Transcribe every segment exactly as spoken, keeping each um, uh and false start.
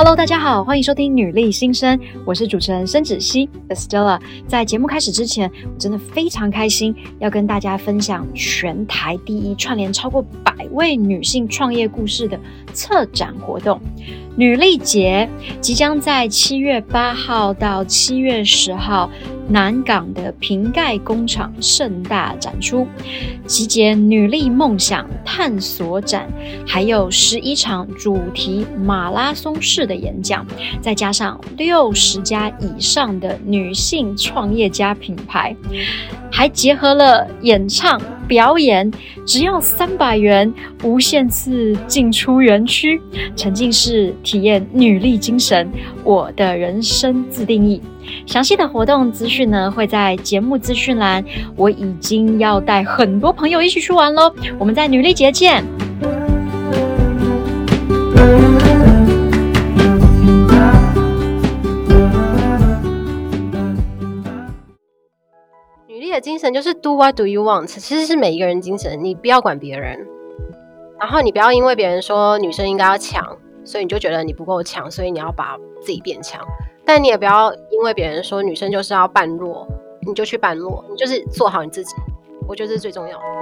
Hello， 大家好，欢迎收听女力新生，我是主持人申芷溪 Estella。在节目开始之前，我真的非常开心，要跟大家分享全台第一串联超过百位女性创业故事的策展活动——女力节，即将在七月八号到七月十号，南港的瓶盖工厂盛大展出，集结女力梦想探索展，还有十一场主题马拉松式的演讲，再加上六十家以上的女性创业家品牌，还结合了演唱表演，只要三百元，无限次进出园区，沉浸式体验女力精神，我的人生自定义。详细的活动资讯呢，会在节目资讯栏。我已经要带很多朋友一起去玩咯，我们在女力节见。 女力的精神就是 do what do you want， 其实是每一个人精神，你不要管别人，然后你不要因为别人说女生应该要强，所以你就觉得你不够强，所以你要把自己变强。但你也不要因为别人说女生就是要扮弱，你就去扮弱，你就是做好你自己，我觉得这是最重要的。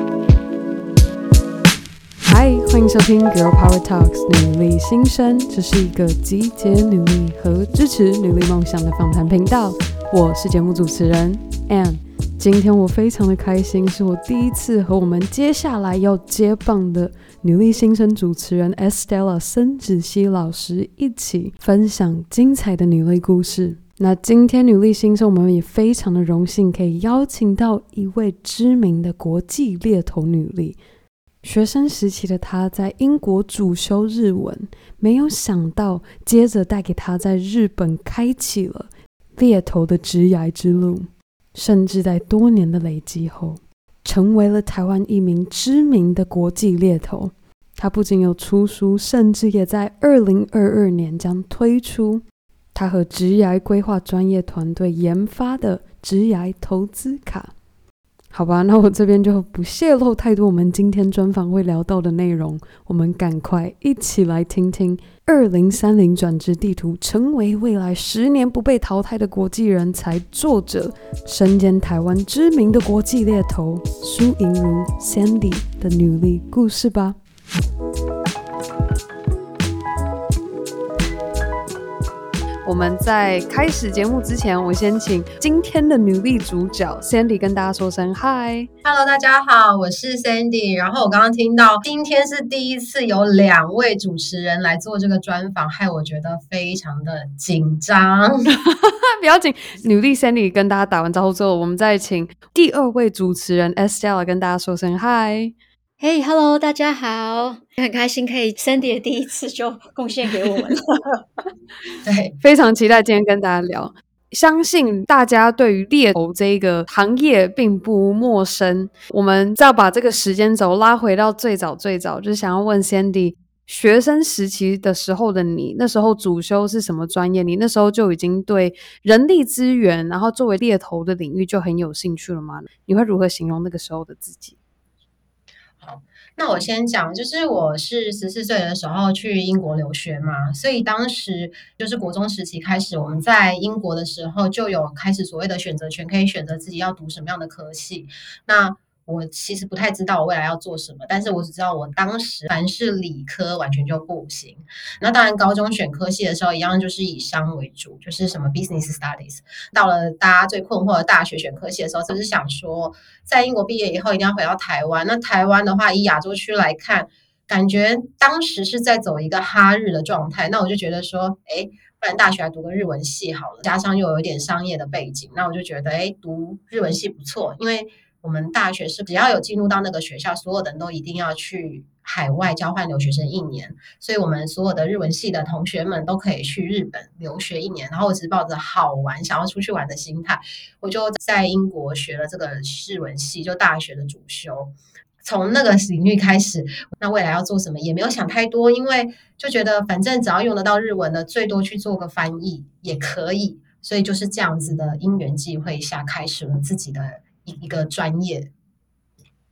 嗨，欢迎收听 Girl Power Talks 女力新生，这是一个集结女力和支持女力梦想的访谈频道。我是节目主持人 Anne， 今天我非常的开心，是我第一次和我们接下来要接棒的女力新生主持人 Estella 申芷溪老师一起分享精彩的女力故事。那今天女力新生我们也非常的荣幸可以邀请到一位知名的国际猎头女力。学生时期的她在英国主修日文，没有想到接着带给她在日本开启了猎头的职涯之路，甚至在多年的累积后成为了台湾一名知名的国际猎头。他不仅有出书，甚至也在二零二二年将推出他和职涯规划专业团队研发的职涯投资卡。好吧，那我这边就不泄露太多我们今天专访会聊到的内容，我们赶快一起来听听二零三零转职地图，成为未来十年不被淘汰的国际人才作者，身兼台湾知名的国际猎头苏莹如 Sandy 的女力故事吧。我们在开始节目之前，我先请今天的女力主角 Sandy 跟大家说声嗨。 Hello， 大家好，我是 Sandy。然后我刚刚听到今天是第一次有两位主持人来做这个专访，害我觉得非常的紧张。 不要紧，女力 Sandy 跟大家打完招呼之后，我们再请第二位主持人 Estella 跟大家说声嗨。 嘿、hey, Hello， 大家好，很开心可以 Sandy 的第一次就贡献给我们。 对， 非常期待今天跟大家聊。相信大家对于猎头这个行业并不陌生，我们再把这个时间轴拉回到最早最早，就是想要问 Sandy， 学生时期的时候的你，那时候主修是什么专业？你那时候就已经对人力资源，然后作为猎头的领域就很有兴趣了吗？你会如何形容那个时候的自己？ 好，那我先讲，就是我是十四岁的时候去英国留学嘛，所以当时就是国中时期开始，我们在英国的时候就有开始所谓的选择权，可以选择自己要读什么样的科系。那我其实不太知道我未来要做什么，但是我只知道我当时凡是理科完全就不行。那当然高中选科系的时候一样就是以商为主，就是什么 business studies。到了大家最困惑的大学选科系的时候，就是想说在英国毕业以后一定要回到台湾。那台湾的话以亚洲区来看，感觉当时是在走一个哈日的状态。那我就觉得说哎，不然大学来读个日文系好了，加上又有一点商业的背景，那我就觉得哎，读日文系不错。因为我们大学是只要有进入到那个学校，所有的人都一定要去海外交换留学生一年，所以我们所有的日文系的同学们都可以去日本留学一年。然后我只是抱着好玩想要出去玩的心态，我就在英国学了这个日文系，就大学的主修。从那个领域开始，那未来要做什么也没有想太多，因为就觉得反正只要用得到日文的，最多去做个翻译也可以。所以就是这样子的因缘际会下，开始了自己的一个专业。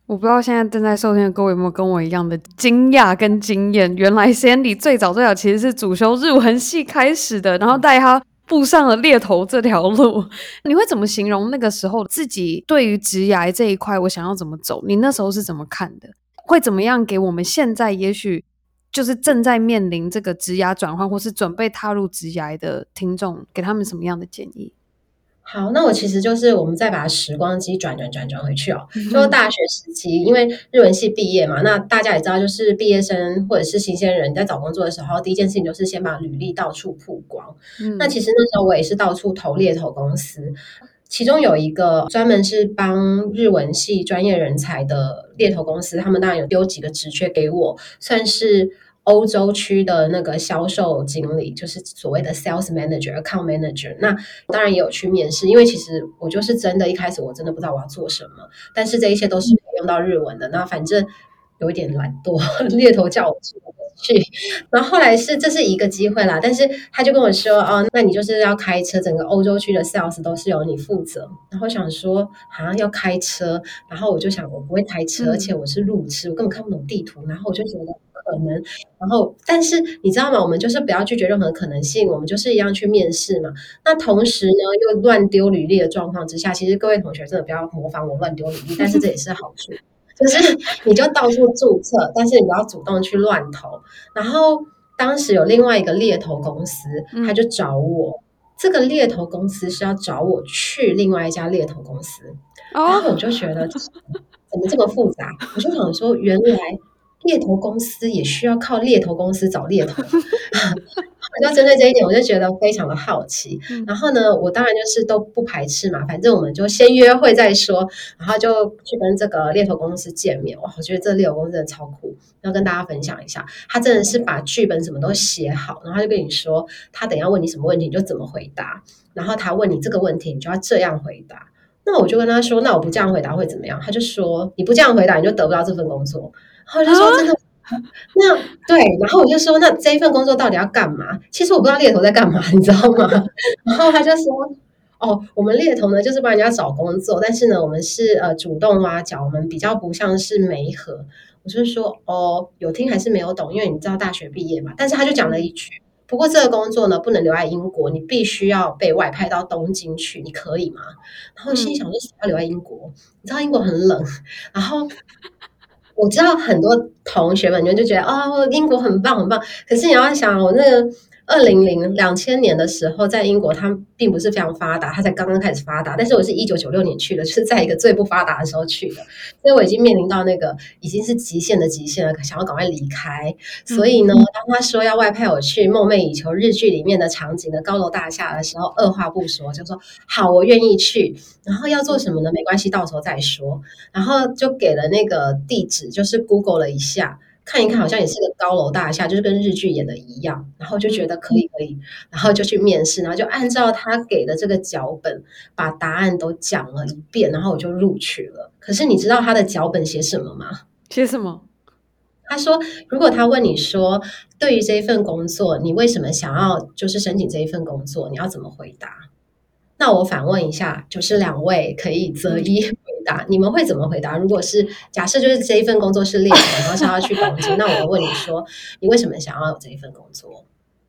我不知道现在正在收听的各位有没有跟我一样的惊讶跟经验，原来 Sandy 最早最早其实是主修日文系开始的，然后带他步上了猎头这条路。你会怎么形容那个时候自己对于职涯这一块我想要怎么走，你那时候是怎么看的？会怎么样给我们现在也许就是正在面临这个职涯转换或是准备踏入职涯的听众，给他们什么样的建议？ 好，那我其实就是我们再把时光机转转转转回去哦。就大学时期，因为日文系毕业嘛，那大家也知道，就是毕业生或者是新鲜人，你在找工作的时候，第一件事情就是先把履历到处曝光。嗯、那其实那时候我也是到处投猎头公司，其中有一个专门是帮日文系专业人才的猎头公司，他们当然有丢几个职缺给我，算是欧洲区的那个销售经理，就是所谓的 sales manager、account manager。那当然也有去面试，因为其实我就是真的一开始我真的不知道我要做什么，但是这一切都是可以用到日文的。那反正有一点懒惰，猎头叫我去，然后后来是这是一个机会啦，但是他就跟我说哦，那你就是要开车，整个欧洲区的 sales 都是由你负责。然后想说好像要开车，然后我就想我不会开车，而且我是路痴，我根本看不懂地图，然后我就觉得可能，然后但是你知道吗？我们就是不要拒绝任何可能性，我们就是一样去面试嘛。那同时呢，又乱丢履历的状况之下，其实各位同学真的不要模仿我乱丢履历，但是这也是好处。就是你就到处注册，但是你不要主动去乱投。然后当时有另外一个猎头公司，他就找我，嗯、这个猎头公司是要找我去另外一家猎头公司，哦、然后我就觉得怎么这么复杂？我就想说，原来猎头公司也需要靠猎头公司找猎头。我就针对这一点，我就觉得非常的好奇。嗯、然后呢，我当然就是都不排斥嘛，反正我们就先约会再说。然后就去跟这个猎头公司见面。哇，我觉得这猎头公司真的超酷，要跟大家分享一下。他真的是把剧本什么都写好，然后他就跟你说，他等一下问你什么问题，你就怎么回答。然后他问你这个问题，你就要这样回答。那我就跟他说，那我不这样回答会怎么样？他就说，你不这样回答，你就得不到这份工作。然后我就说，真的。那对，然后我就说，那这一份工作到底要干嘛？其实我不知道猎头在干嘛，你知道吗？然后他就说，哦，我们猎头呢，就是帮人家找工作，但是呢，我们是呃主动挖角，我们比较不像是媒合。我就说，哦，有听还是没有懂？因为你知道大学毕业嘛。但是他就讲了一句，不过这个工作呢，不能留在英国，你必须要被外派到东京去，你可以吗？然后心里想说，谁要留在英国？你知道英国很冷，然后。我知道很多同学们就觉得哦，英国很棒很棒，可是你要想，我那个二零零两千年的时候，在英国它并不是非常发达，它才刚刚开始发达。但是我是一九九六年去的，就是在一个最不发达的时候去的，所以我已经面临到那个已经是极限的极限了，想要赶快离开。所以呢，当他说要外派我去梦寐以求日剧里面的场景的高楼大厦的时候，二话不说就说好，我愿意去。然后要做什么呢？没关系，到时候再说。然后就给了那个地址，就是 Google 了一下。看一看，好像也是个高楼大厦，就是跟日剧演的一样，然后就觉得可以可以，然后就去面试，然后就按照他给的这个脚本，把答案都讲了一遍，然后我就录取了。可是你知道他的脚本写什么吗？ 写什么？ 他说，如果他问你说，对于这一份工作，你为什么想要就是申请这一份工作，你要怎么回答？那我反问一下，就是两位可以择一回答，你们会怎么回答？如果是假设就是这一份工作是猎头，然后是要去东京，那我问你说，你为什么想要有这一份工作？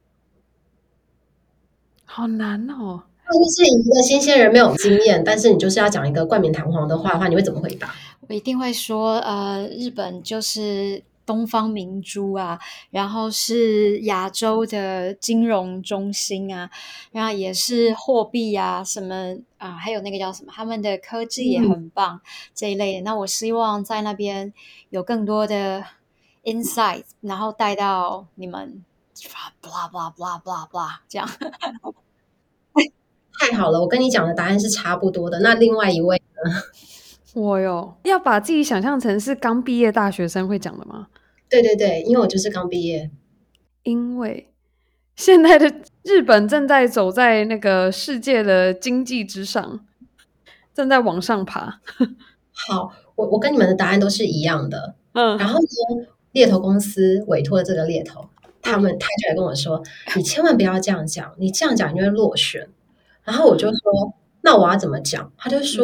好难哦！ 那就是一个新鲜人没有经验，但是你就是要讲一个冠冕堂皇的话的话，你会怎么回答？ 我一定会说，呃，日本就是东方明珠啊，然后是亚洲的金融中心啊，然后也是货币啊，什么啊，还有那个叫什么，他们的科技也很棒、嗯、这一类的。那我希望在那边有更多的 insight， 然后带到你们 blah blah blah blah blah 这样。 太好了，我跟你讲的答案是差不多的。那另外一位呢？ 我哟，要把自己想象成是刚毕业大学生会讲的吗？ 对对对，因为我就是刚毕业。 因为现在的日本正在走在那个世界的经济之上，正在往上爬。 好，我我跟你们的答案都是一样的。嗯，然后呢，猎头公司委托这个猎头，他们他就来跟我说：“你千万不要这样讲，你这样讲你就会落选。”然后我就说：“那我要怎么讲？”他就说：“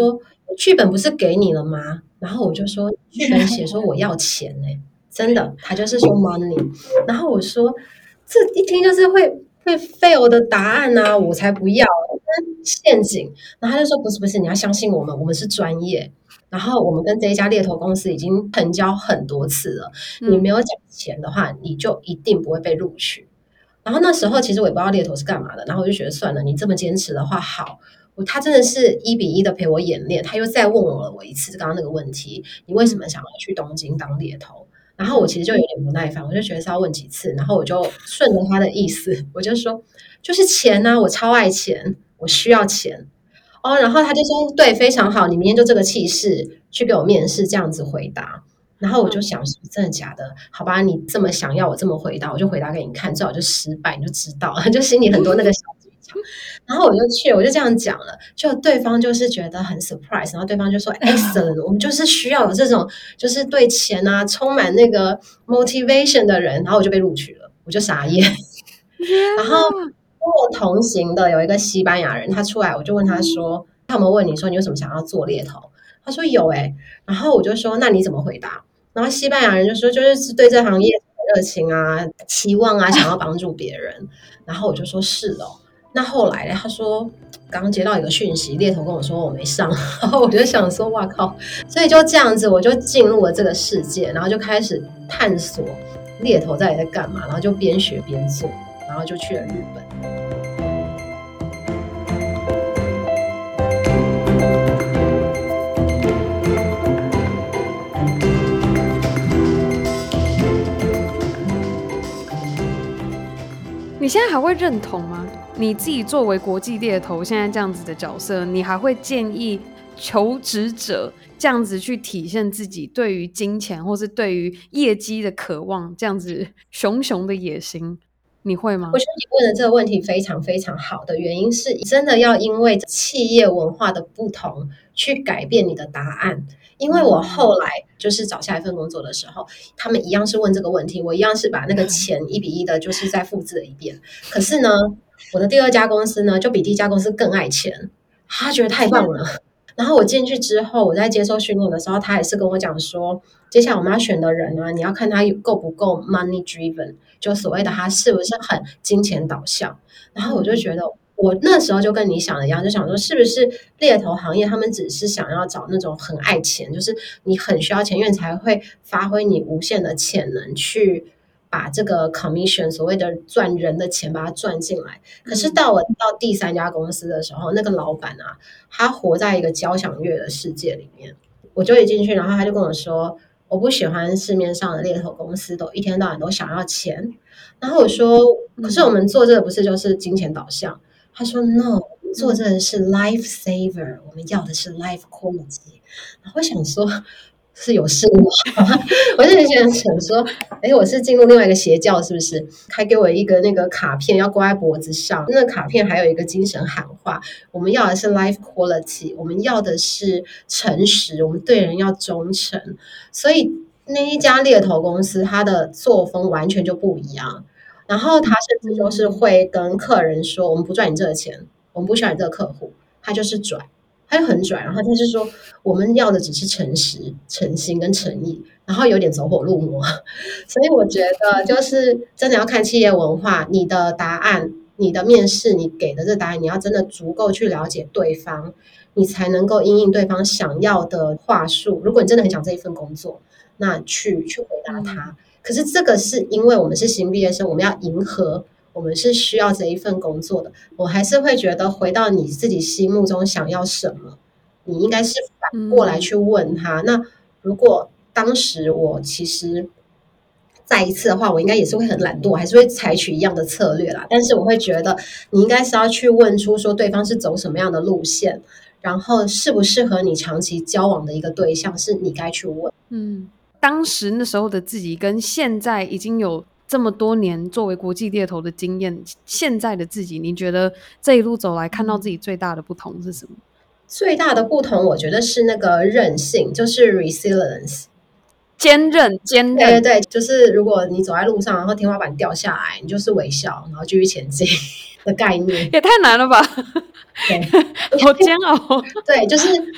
剧本不是给你了吗？然后我就说剧本写说我要钱呢、欸，真的，他就是说 money。然后我说这一听就是会会 fail 的答案啊，我才不要陷阱。然后他就说不是不是，你要相信我们，我们是专业。然后我们跟这一家猎头公司已经成交很多次了，嗯、你没有讲钱的话，你就一定不会被录取。然后那时候其实我也不知道猎头是干嘛的，然后我就觉得算了，你这么坚持的话，好。他真的是一比一的陪我演练，他又再问我了我一次刚刚那个问题，你为什么想要去东京当猎头？然后我其实就有点不耐烦，我就觉得是要问几次，然后我就顺着他的意思，我就说就是钱啊，我超爱钱，我需要钱哦。然后他就说对，非常好，你明天就这个气势去给我面试，这样子回答。然后我就想说真的假的？好吧，你这么想要我这么回答，我就回答给你看，最好就失败，你就知道了，就心里很多那个小剧场。然后我就去，我就这样讲了，就对方就是觉得很 surprise， 然后对方就说 excellent， 我们就是需要有这种就是对钱啊充满那个 motivation 的人，然后我就被录取了，我就傻眼。然后跟我同行的有一个西班牙人，他出来我就问他说，他有没有问你说你有什么想要做猎头？他说有哎、欸，然后我就说那你怎么回答？然后西班牙人就说就是对这行业热情啊、期望啊，想要帮助别人。然后我就说是哦。那后来他说刚刚接到一个讯息，猎头跟我说我没上，然后我就想说哇靠，所以就这样子我就进入了这个世界，然后就开始探索猎头在底在干嘛，然后就边学边做，然后就去了日本。 你现在还会认同吗？你自己作为国际猎头现在这样子的角色，你还会建议求职者这样子去体现自己对于金钱或是对于业绩的渴望，这样子熊熊的野心，你会吗？ 我觉得你问的这个问题非常非常好的原因是，真的要因为企业文化的不同去改变你的答案。因为我后来就是找下一份工作的时候，他们一样是问这个问题，我一样是把那个钱一比一的，就是再复制了一遍。可是呢，我的第二家公司呢，就比第一家公司更爱钱，他觉得太棒了。然后我进去之后，我在接受训练的时候，他也是跟我讲说，接下来我们要选的人呢，你要看他够不够 money driven， 就所谓的他是不是很金钱导向。然后我就觉得。我那时候就跟你想的一样，就想说是不是猎头行业他们只是想要找那种很爱钱，就是你很需要钱，因为才会发挥你无限的潜能去把这个 commission 所谓的赚人的钱把它赚进来。可是到我到第三家公司的时候，那个老板啊，他活在一个交响乐的世界里面。我就一进去，然后他就跟我说，我不喜欢市面上的猎头公司都一天到晚都想要钱。然后我说，可是我们做这个不是就是金钱导向？他说 no， 做这个是 life saver， 我们要的是 life quality。 然后我想说是有事吗？我就想想说哎，我是进入另外一个邪教是不是？还给我一个那个卡片要挂在脖子上，那个卡片还有一个精神喊话，我们要的是 life quality， 我们要的是诚实，我们对人要忠诚。所以那一家猎头公司它的作风完全就不一样。然后他甚至就是会跟客人说，我们不赚你这个钱，我们不需要你这个客户，他就是拽，他就很拽。然后他就说我们要的只是诚实、诚心跟诚意，然后有点走火入魔。所以我觉得就是真的要看企业文化，你的答案、你的面试、你给的这答案，你要真的足够去了解对方，你才能够因应对方想要的话术。如果你真的很想这一份工作，那去去回答他。嗯，可是这个是因为我们是新毕业生，我们要迎合，我们是需要这一份工作的。我还是会觉得回到你自己心目中想要什么，你应该是反过来去问他。嗯，那如果当时我其实再一次的话，我应该也是会很懒惰，还是会采取一样的策略啦。但是我会觉得你应该是要去问出说对方是走什么样的路线，然后适不适合你长期交往的一个对象，是你该去问。 嗯。当时那时候的自己跟现在已经有这么多年作为国际猎头的经验，现在的自己，你觉得这一路走来看到自己最大的不同是什么？ 最大的不同我觉得是那个韧性，就是 resilience， 坚韧坚韧。 对对对，就是如果你走在路上然后天花板掉下来，你就是微笑然后继续前进的概念。 也太难了吧。 对， 好煎熬。 对，就是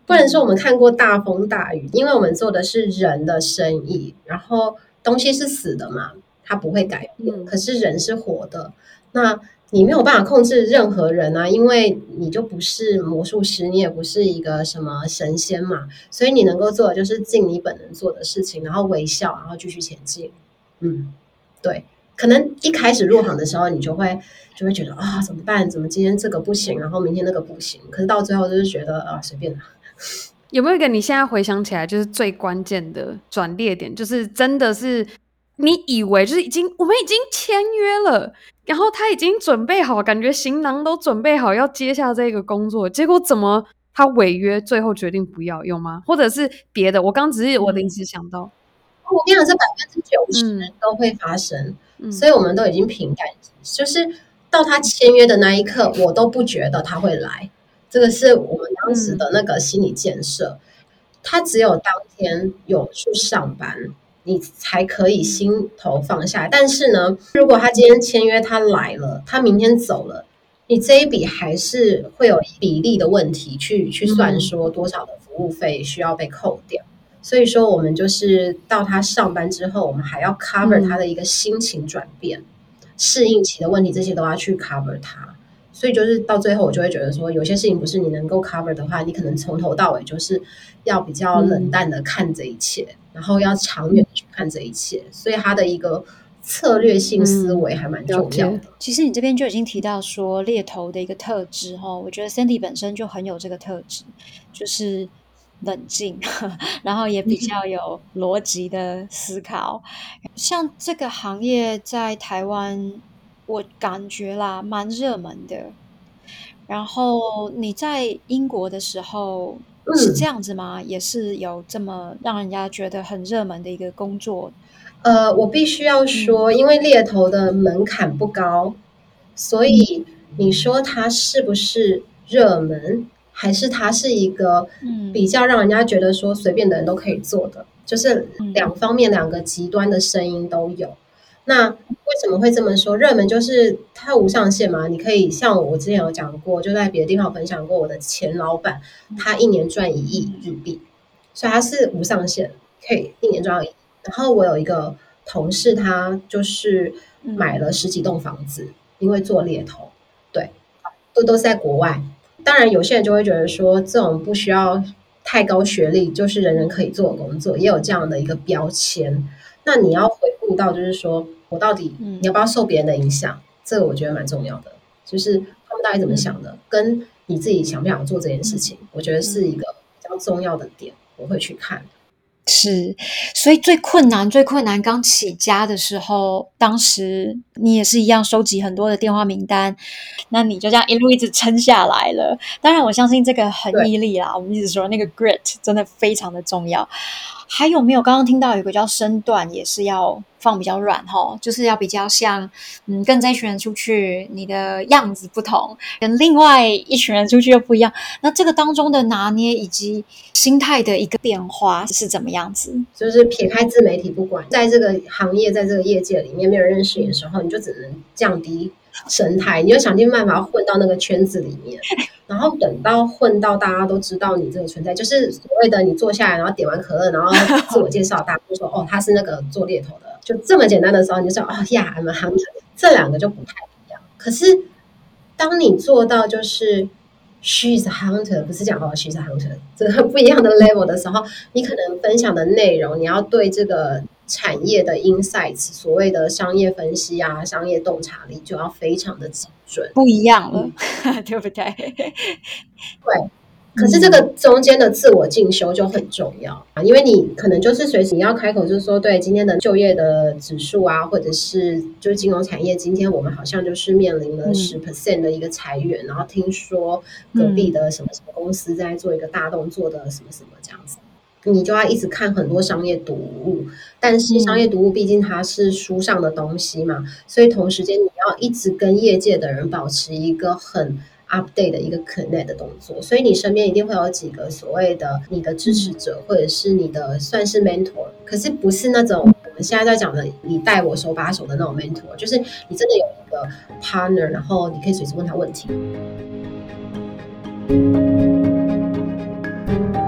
不能说我们看过大风大雨，因为我们做的是人的生意，然后东西是死的嘛，它不会改变， 嗯可是人是活的，那你没有办法控制任何人啊，因为你就不是魔术师，你也不是一个什么神仙嘛，所以你能够做的就是尽你本能做的事情，然后微笑，然后继续前进。嗯，对，可能一开始入行的时候，你就会就会觉得啊，怎么办？怎么今天这个不行，然后明天那个不行？可是到最后就是觉得啊，随便啦。 有没有一个你现在回想起来就是最关键的转捩点，就是真的是你以为就是已经我们已经签约了，然后他已经准备好，感觉行囊都准备好要接下这个工作，结果怎么他违约，最后决定不要，有吗？或者是别的？我刚只是我临时想到， 我跟你讲，这百分之九十嗯都会发生， 嗯所以我们都已经凭感激，就是到他签约的那一刻，我都不觉得他会来。这个是我们当时的那个心理建设，他只有当天有去上班，你才可以心头放下。但是呢，如果他今天签约，他来了，他明天走了，你这一笔还是会有比例的问题去去算，说多少的服务费需要被扣掉。所以说，我们就是到他上班之后，我们还要 cover 他的一个心情转变、适应期的问题，这些都要去 cover 他。所以就是到最后，我就会觉得说，有些事情不是你能够 cover 的话，你可能从头到尾就是要比较冷淡的看这一切，嗯、然后要长远的去看这一切。所以他的一个策略性思维还蛮重要的。嗯、 其实你这边就已经提到说猎头的一个特质哈，我觉得 Sandy 本身就很有这个特质，就是冷静，然后也比较有逻辑的思考。像这个行业在台湾，我感觉啦蛮热门的。然后你在英国的时候是这样子吗？嗯、也是有这么让人家觉得很热门的一个工作？ 呃，我必须要说，因为猎头的门槛不高，所以你说它是不是热门，还是它是一个比较让人家觉得说随便的人都可以做的，就是两方面两个极端的声音都有。那为什么会这么说？热门就是它无上限嘛，你可以像我之前有讲过，就在别的地方有分享过，我的前老板他一年赚一亿日币，所以他是无上限，可以一年赚到一亿。然后我有一个同事，他就是买了十几栋房子，因为做猎头，对，都都是在国外。当然，有些人就会觉得说，这种不需要太高学历，就是人人可以做的工作，也有这样的一个标签。那你要回顾到，就是说我到底你要不要受别人的影响？这个我觉得蛮重要的，就是他们到底怎么想的，跟你自己想不想做这件事情，我觉得是一个比较重要的点，我会去看。 是，所以最困难最困难刚起家的时候，当时你也是一样收集很多的电话名单，那你就这样一路一直撑下来了。当然我相信这个很毅力啦，我们一直说那个 grit 真的非常的重要。还有没有刚刚听到有个叫身段也是要放比较软齁，就是要比较像嗯，跟这一群人出去你的样子不同，跟另外一群人出去又不一样，那这个当中的拿捏以及心态的一个变化是怎么样子？ 就是撇开自媒体不管，在这个行业在这个业界里面没有人认识你的时候，你就只能降低神态，你就想尽办法混到那个圈子里面，然后等到混到大家都知道你这个存在，就是所谓的你坐下来然后点完可乐然后自我介绍，大家就说哦他是那个做猎头的，就这么简单的时候你就说哦呀 I'm a hunter， 这两个就不太一样。可是当你做到就是 she's a hunter， 不是讲哦 she's a hunter 这个不一样的 level 的时候，你可能分享的内容你要对这个产业的 insights， 所谓的商业分析啊商业洞察力就要非常的精准， 不一样了、嗯、对不对？ 对，可是这个中间的自我进修就很重要，因为你可能就是随时你要开口就是说对今天的就业的指数啊，或者是就是金融产业今天我们好像就是面临了 百分之十 的一个裁员、嗯、然后听说隔壁的什么什么公司在做一个大动作的什么什么这样子，你就要一直看很多商业读物，但是商业读物毕竟它是书上的东西嘛，所以同时间你要一直跟业界的人保持一个很update 的一个 connect 的动作，所以你身边一定会有几个所谓的你的支持者，或者是你的算是 mentor， 可是不是那种我们现在在讲的你带我手把手的那种 mentor， 就是你真的有一个 partner， 然后你可以随时问他问题。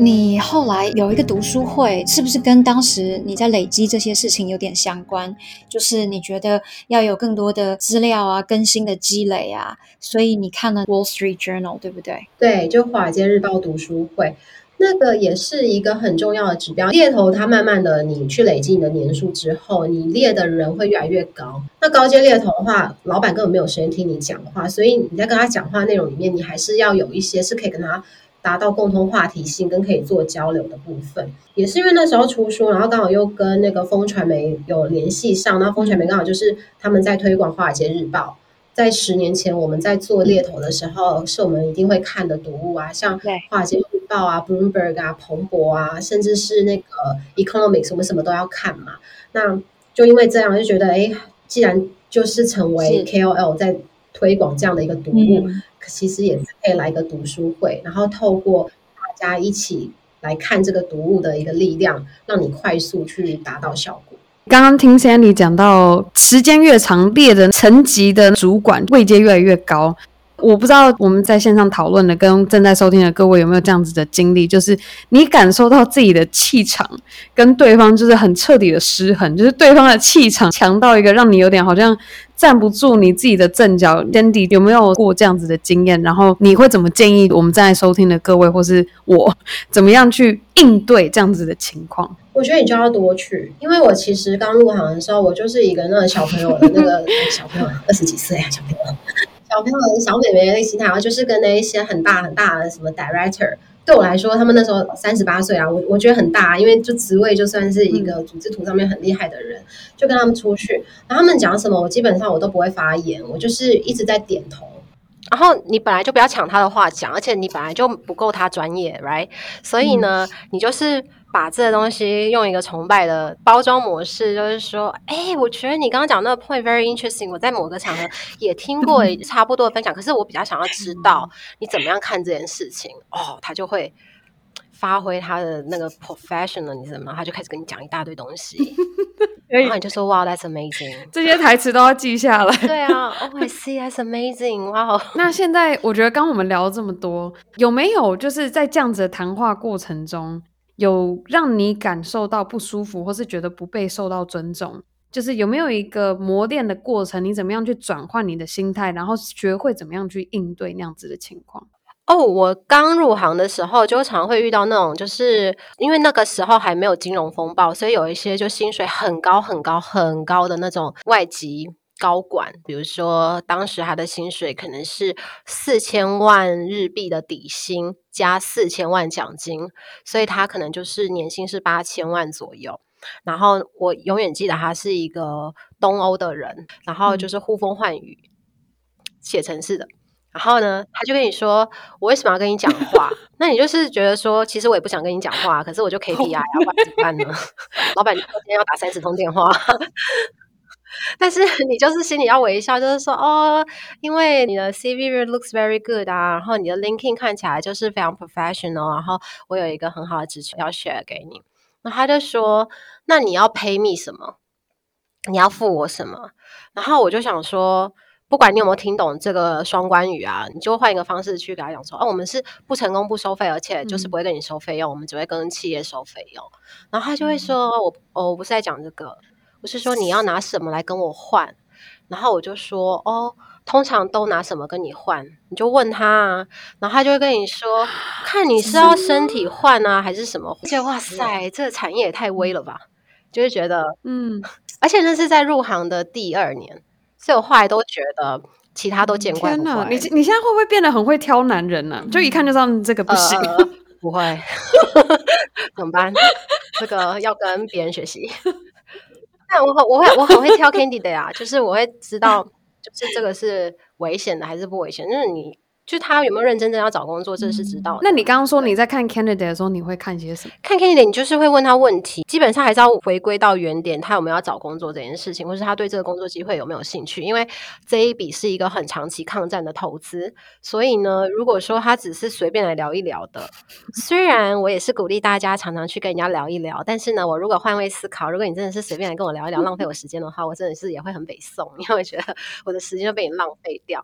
你后来有一个读书会，是不是跟当时你在累积这些事情有点相关？就是你觉得要有更多的资料啊、更新的积累啊，所以你看了 Wall Street Journal， 对不对？ 对，就华尔街日报读书会。那个也是一个很重要的指标，猎头它慢慢的你去累积你的年数之后，你猎的人会越来越高。那高阶猎头的话，老板根本没有时间听你讲话，所以你在跟他讲话内容里面，你还是要有一些是可以跟他达到共同话题性跟可以做交流的部分。也是因为那时候出书，然后刚好又跟那个风传媒有联系上，那风传媒刚好就是他们在推广华尔街日报。在十年前我们在做猎头的时候，是我们一定会看的读物啊，像华尔街日报啊、Bloomberg 啊、彭博啊，甚至是那个 Economics， 我们什么都要看嘛。那就因为这样就觉得，哎，既然就是成为 K O L 在推广这样的一个读物，其实也是可以来一个读书会，然后透过大家一起来看这个读物的一个力量，让你快速去达到效果。 刚刚听 Sandy 讲到，时间越长，列的层级的主管位阶越来越高。我不知道我们在线上讨论的跟正在收听的各位有没有这样子的经历，就是你感受到自己的气场跟对方就是很彻底的失衡，就是对方的气场强到一个让你有点好像站不住你自己的阵脚。 Sandy 有没有过这样子的经验？然后你会怎么建议我们正在收听的各位或是我怎么样去应对这样子的情况？ 我觉得你就要多去，因为我其实刚入行的时候，我就是一个那个小朋友的那个小朋友，二十几岁啊，小朋友，小朋友的小妹妹的心态，然后就是跟那一些很大很大的什么 director， 对我来说，他们那时候三十八岁啊，我我觉得很大，因为就职位就算是一个组织图上面很厉害的人，就跟他们出去，然后他们讲什么，我基本上我都不会发言，我就是一直在点头。 然后你本来就不要抢他的话讲，而且你本来就不够他专业 right， 所以呢、嗯、你就是把这个东西用一个崇拜的包装模式，就是说哎，我觉得你刚刚讲那个 point very interesting， 我在某个场合也听过差不多的分享，可是我比较想要知道你怎么样看这件事情。哦，他就会发挥他的那个 professional， 你知道吗？他就开始跟你讲一大堆东西然后你就说 wow that's amazing， 这些台词都要记下来。 对啊 oh I see that's amazing wow。 那现在我觉得刚刚我们聊了这么多，有没有就是在这样子的谈话过程中有让你感受到不舒服或是觉得不被受到尊重？就是有没有一个磨练的过程，你怎么样去转换你的心态，然后学会怎么样去应对那样子的情况？ 哦，我刚入行的时候就常会遇到那种，就是因为那个时候还没有金融风暴，所以有一些就薪水很高很高很高的那种外籍高管，比如说当时他的薪水可能是四千万日币的底薪加四千万奖金，所以他可能就是年薪是八千万左右。然后我永远记得他是一个东欧的人，然后就是呼风唤雨、嗯、写程式的。然后呢，他就跟你说我为什么要跟你讲话那你就是觉得说其实我也不想跟你讲话，可是我就 K P I 啊，不然怎么办呢老板就说今天要打三十通电话但是你就是心里要微笑，就是说哦，因为你的 C V looks very good 啊，然后你的 LinkedIn 看起来就是非常 professional， 然后我有一个很好的职权要 share 给你。那他就说那你要 pay me 什么，你要付我什么？然后我就想说不管你有没有听懂这个双关语啊，你就换一个方式去跟他讲说哦，我们是不成功不收费，而且就是不会跟你收费用、嗯、我们只会跟企业收费用。然后他就会说、嗯、我、哦、我不是在讲这个，我是说你要拿什么来跟我换。然后我就说哦，通常都拿什么跟你换？你就问他啊，然后他就会跟你说看你是要身体换啊还是什么。就哇塞，这个产业也太威了吧，就是觉得嗯，而且那是在入行的第二年，所以我后来都觉得其他都见怪不怪。 天哪，你你现在会不会变得很会挑男人呢、啊？就一看就知道这个不行。 呃、不会怎么办？这个要跟别人学习。但我我会我很会挑 candidate 啊，就是我会知道，就是这个是危险的还是不危险，就是你。就他有没有认真真要找工作，这是知道的、嗯、 那你刚刚说你在看 candidate 的时候你会看些什么？ 看 candidate 你就是会问他问题，基本上还是要回归到原点，他有没有要找工作这件事情，或是他对这个工作机会有没有兴趣。因为这一笔是一个很长期抗战的投资，所以呢如果说他只是随便来聊一聊的，虽然我也是鼓励大家常常去跟人家聊一聊，但是呢我如果换位思考，如果你真的是随便来跟我聊一聊浪费我时间的话，我真的是也会很北宋，因为我觉得我的时间就被你浪费掉。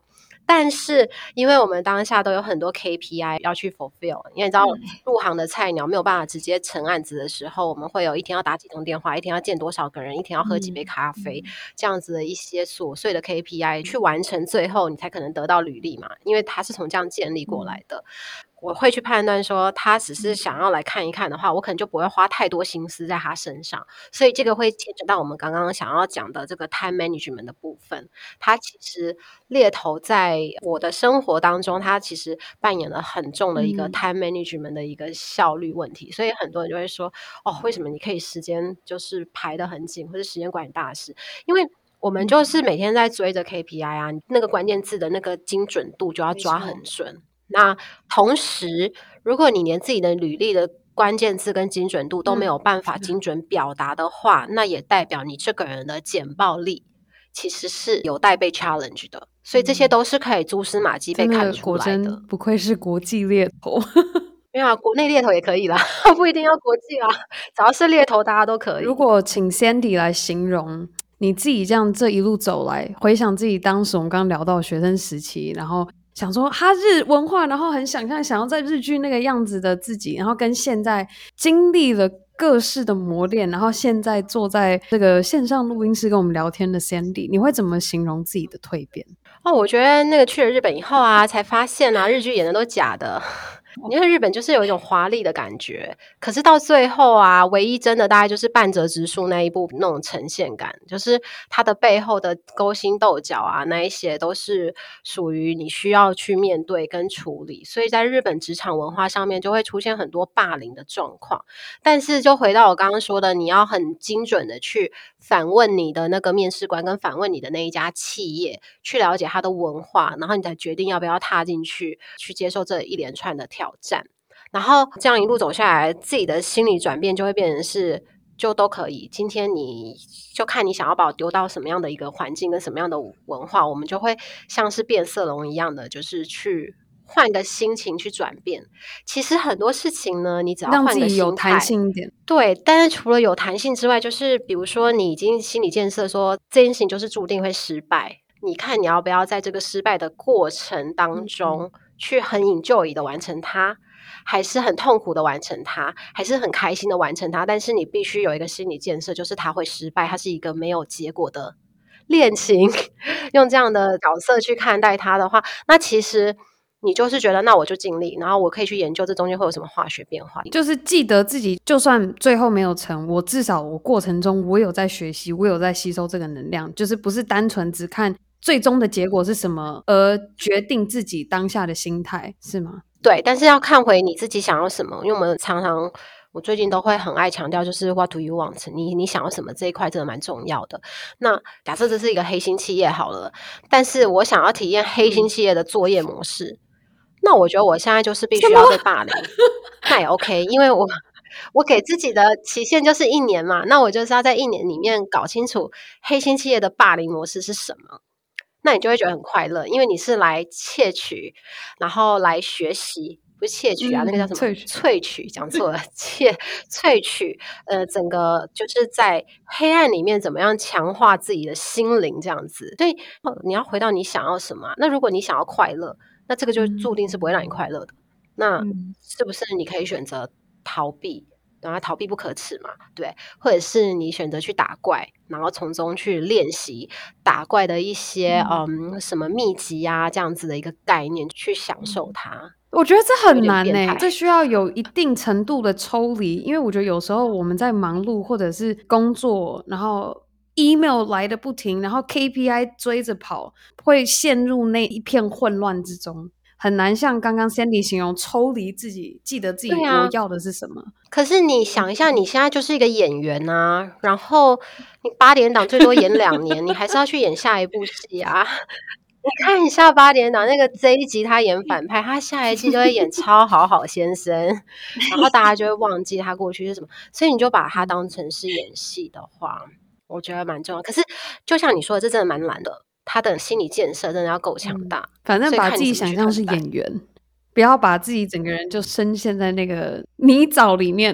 但是因为我们当下都有很多 K P I 要去 fulfill， 因为你知道入行的菜鸟没有办法直接成案子的时候，我们会有一天要打几通电话，一天要见多少个人，一天要喝几杯咖啡，嗯、这样子的一些琐碎的 K P I 去完成，最后你才可能得到履历嘛，因为它是从这样建立过来的。嗯，我会去判断说他只是想要来看一看的话，我可能就不会花太多心思在他身上，所以这个会牵扯到我们刚刚想要讲的这个 time management 的部分。他其实猎头在我的生活当中，他其实扮演了很重的一个 time management 的一个效率问题，嗯、所以很多人就会说，哦，为什么你可以时间就是排得很紧，或者时间管理大师？因为我们就是每天在追着 K P I 啊，那个关键字的那个精准度就要抓很准。那同时，如果你连自己的履历的关键字跟精准度都没有办法精准表达的话，嗯、那也代表你这个人的简报力其实是有待被 challenge 的。所以这些都是可以蛛丝马迹被看出来的。 的果真不愧是国际猎头。 没有啊，国内猎头也可以啦，不一定要国际啦，只要是猎头大家都可以。 如果请 Sandy 来形容你自己这样这一路走来，回想自己当时我们刚刚聊到学生时期，然后想说哈日文化，然后很想象想要在日剧那个样子的自己，然后跟现在经历了各式的磨练，然后现在坐在这个线上录音室跟我们聊天的 Sandy， 你会怎么形容自己的蜕变？ 哦，我觉得那个去了日本以后啊，才发现啊，日剧演的都假的。因为日本就是有一种华丽的感觉，可是到最后啊，唯一真的大概就是半泽直树那一部那种呈现感，就是它的背后的勾心斗角啊，那一些都是属于你需要去面对跟处理，所以在日本职场文化上面就会出现很多霸凌的状况。但是就回到我刚刚说的，你要很精准的去反问你的那个面试官，跟反问你的那一家企业，去了解它的文化，然后你才决定要不要踏进去，去接受这一连串的挑战。然后这样一路走下来，自己的心理转变就会变成是就都可以，今天你就看你想要把我丢到什么样的一个环境跟什么样的文化，我们就会像是变色龙一样的，就是去换个心情去转变。其实很多事情呢，你只要换个心态，让自己有弹性一点。 对，但是除了有弹性之外，就是比如说你已经心理建设说这件事情就是注定会失败，你看你要不要在这个失败的过程当中、嗯、去很 enjoy 的完成它，还是很痛苦的完成它，还是很开心的完成它，但是你必须有一个心理建设，就是它会失败，它是一个没有结果的恋情。用这样的角色去看待它的话，那其实你就是觉得那我就尽力，然后我可以去研究这中间会有什么化学变化， 就是记得自己就算最后没有成，我至少我过程中我有在学习，我有在吸收这个能量，就是不是单纯只看最终的结果是什么而决定自己当下的心态，是吗？ 对，但是要看回你自己想要什么，因为我们常常我最近都会很爱强调就是 what do you want， 你你想要什么这一块真的蛮重要的。那假设这是一个黑心企业好了，但是我想要体验黑心企业的作业模式、嗯、那我觉得我现在就是必须要被霸凌，那也 OK， 因为我我给自己的期限就是一年嘛，那我就是要在一年里面搞清楚黑心企业的霸凌模式是什么，那你就会觉得很快乐，因为你是来窃取然后来学习，不是窃取啊、嗯、那个叫什么萃取，讲错了，窃萃取呃，整个就是在黑暗里面怎么样强化自己的心灵这样子。所以你要回到你想要什么，那如果你想要快乐，那这个就注定是不会让你快乐的、嗯、那是不是你可以选择逃避，然后逃避不可耻嘛，对，或者是你选择去打怪，然后从中去练习打怪的一些 嗯, 嗯什么秘籍啊这样子的一个概念，去享受它。 我觉得这很难欸，这需要有一定程度的抽离，因为我觉得有时候我们在忙碌或者是工作，然后 email 来的不停，然后 K P I 追着跑，会陷入那一片混乱之中，很难像刚刚 Sandy 形容抽离自己，记得自己我要的是什么、啊、 可是你想一下，你现在就是一个演员啊，然后你八点档最多演两年你还是要去演下一部戏啊。你看一下八点档那个这一集他演反派，他下一季就会演超好好先生然后大家就会忘记他过去是什么，所以你就把他当成是演戏的话，我觉得蛮重要。可是就像你说的，这真的蛮难的，他的心理建设真的要够强大、嗯、 反正把自己想象是演员，不要把自己整个人就深陷在那个泥沼里面，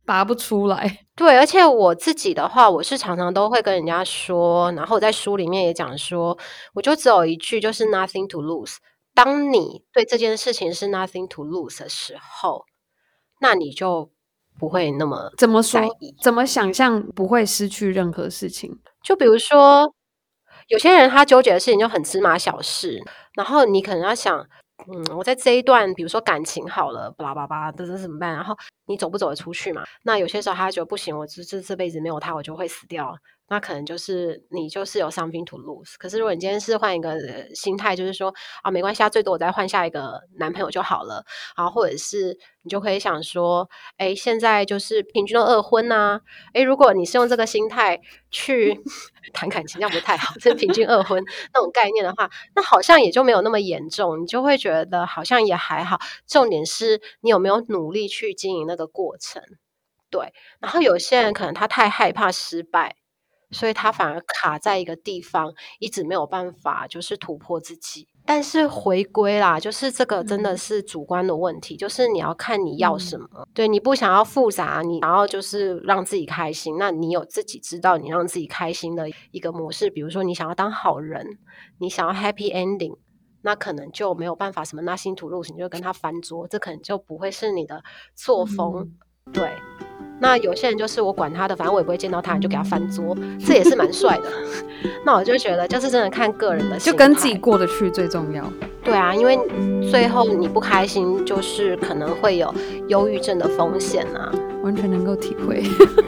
拔不出来。 对，而且我自己的话，我是常常都会跟人家说，然后我在书里面也讲说，我就只有一句，就是 nothing to lose。当你对这件事情是 nothing to lose 的时候，那你就不会那么怎么说在意。 怎么想象不会失去任何事情？ 就比如说，有些人他纠结的事情就很芝麻小事，然后你可能要想，嗯，我在这一段，比如说感情好了，巴拉巴拉，这这怎么办？然后你走不走得出去嘛？那有些时候他觉得不行，我这这这辈子没有他，我就会死掉。那可能就是你就是有 something to lose。可是如果你今天是换一个、呃、心态，就是说啊，没关系，最多我再换下一个男朋友就好了。然后或者是你就可以想说，哎，现在就是平均都二婚呐、啊。哎，如果你是用这个心态去谈感情，这样不太好，是平均二婚那种概念的话，那好像也就没有那么严重，你就会觉得好像也还好。重点是你有没有努力去经营那个过程。对，然后有些人可能他太害怕失败，所以他反而卡在一个地方，一直没有办法就是突破自己。但是回归啦，就是这个真的是主观的问题，就是你要看你要什么。嗯、对，你不想要复杂，你想要就是让自己开心，那你有自己知道你让自己开心的一个模式。比如说你想要当好人，你想要 happy ending， 那可能就没有办法什么 nothing to lose， 你就跟他翻桌，这可能就不会是你的作风。嗯、对。那有些人就是我管他的，反正我也不会见到他，你就给他翻桌，这也是蛮帅的。那我就觉得，就是真的看个人的心态， 就跟自己过得去最重要。 对啊，因为最后你不开心，就是可能会有忧郁症的风险啊， 完全能够体会。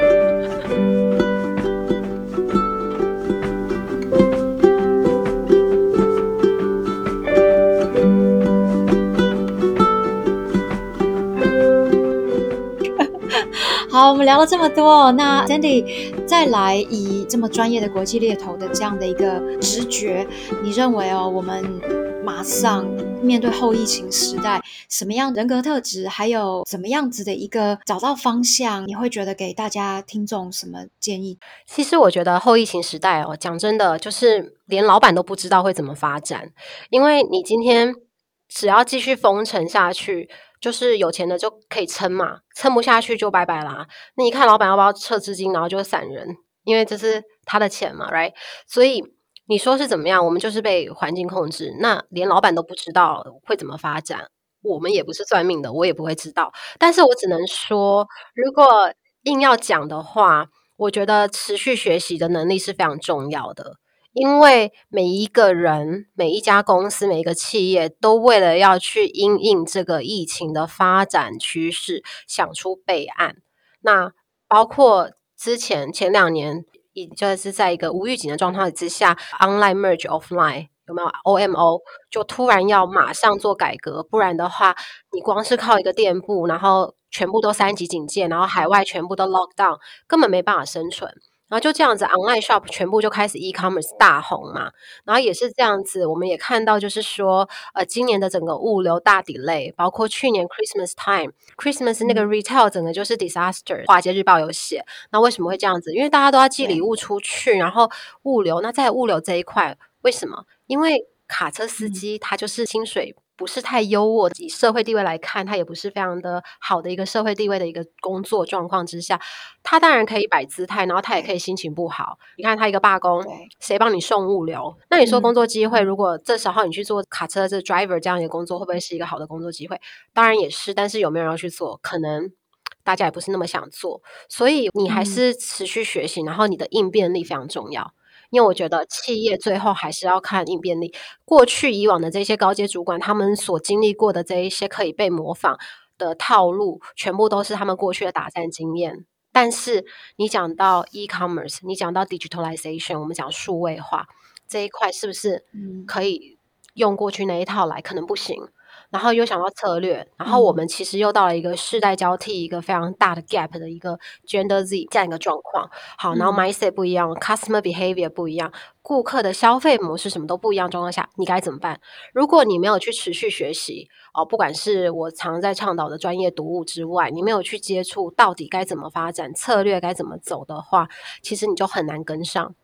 好，我们聊了这么多，那 Sandy 再来以这么专业的国际猎头的这样的一个直觉，你认为哦，我们马上面对后疫情时代，什么样人格特质，还有怎么样子的一个找到方向，你会觉得给大家听众什么建议？ 其实我觉得后疫情时代哦，讲真的，就是连老板都不知道会怎么发展，因为你今天只要继续封城下去。就是有钱的就可以撑嘛，撑不下去就拜拜啦。那你看老板要不要撤资金，然后就散人，因为这是他的钱嘛 ，right？ 所以你说是怎么样，我们就是被环境控制，那连老板都不知道会怎么发展，我们也不是算命的，我也不会知道。但是我只能说，如果硬要讲的话，我觉得持续学习的能力是非常重要的。因为每一个人、每一家公司、每一个企业都为了要去因应这个疫情的发展趋势，想出备案。那包括之前前两年，也就是在一个无预警的状态之下 ，online merge offline 有没有 O M O 就突然要马上做改革，不然的话，你光是靠一个店铺，然后全部都三级警戒，然后海外全部都 lock down， 根本没办法生存。然后就这样子 online shop 全部就开始 e-commerce 大红嘛，然后也是这样子，我们也看到就是说呃，今年的整个物流大 delay， 包括去年 Christmas time Christmas 那个 retail 整个就是 disaster， 华尔街日报有写，那为什么会这样子？因为大家都要寄礼物出去，然后物流，那在物流这一块为什么？因为卡车司机他就是薪水不是太优渥，以社会地位来看，他也不是非常的好的一个社会地位的一个工作状况之下，他当然可以摆姿态，然后他也可以心情不好。你看他一个罢工，谁帮你送物流？那你说工作机会，如果这时候你去做卡车这 driver 这样一个工作，会不会是一个好的工作机会？当然也是，但是有没有人要去做？可能大家也不是那么想做，所以你还是持续学习，然后你的应变力非常重要。因为我觉得企业最后还是要看应变力。过去以往的这些高阶主管，他们所经历过的这一些可以被模仿的套路，全部都是他们过去的打战经验。但是你讲到 e-commerce， 你讲到 digitalization， 我们讲数位化这一块，是不是可以用过去那一套来？可能不行。然后又想到策略，然后我们其实又到了一个世代交替，一个非常大的 gap 的一个 Gender Z 这样一个状况。好，然后 mindset 不一样、嗯、customer behavior 不一样，顾客的消费模式什么都不一样状况下，你该怎么办？如果你没有去持续学习哦，不管是我常在倡导的专业读物之外，你没有去接触到底该怎么发展，策略该怎么走的话，其实你就很难跟上。